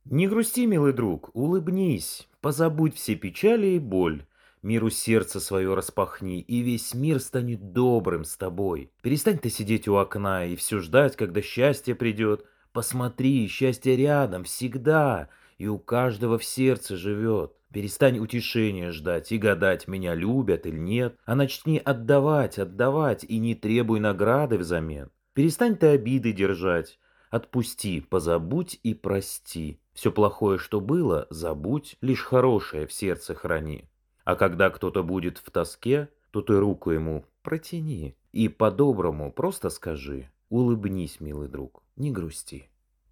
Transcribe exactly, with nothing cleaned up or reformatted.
Не грусти, милый друг, улыбнись, позабудь все печали и боль. Миру сердце свое распахни, и весь мир станет добрым с тобой. Перестань ты сидеть у окна и все ждать, когда счастье придет. Посмотри, счастье рядом, всегда, и у каждого в сердце живет. Перестань утешения ждать и гадать, меня любят или нет, а начни отдавать, отдавать, и не требуй награды взамен. Перестань ты обиды держать, отпусти, позабудь и прости. Все плохое, что было, забудь, лишь хорошее в сердце храни. А когда кто-то будет в тоске, то ты руку ему протяни и по-доброму просто скажи: улыбнись, милый друг, не грусти.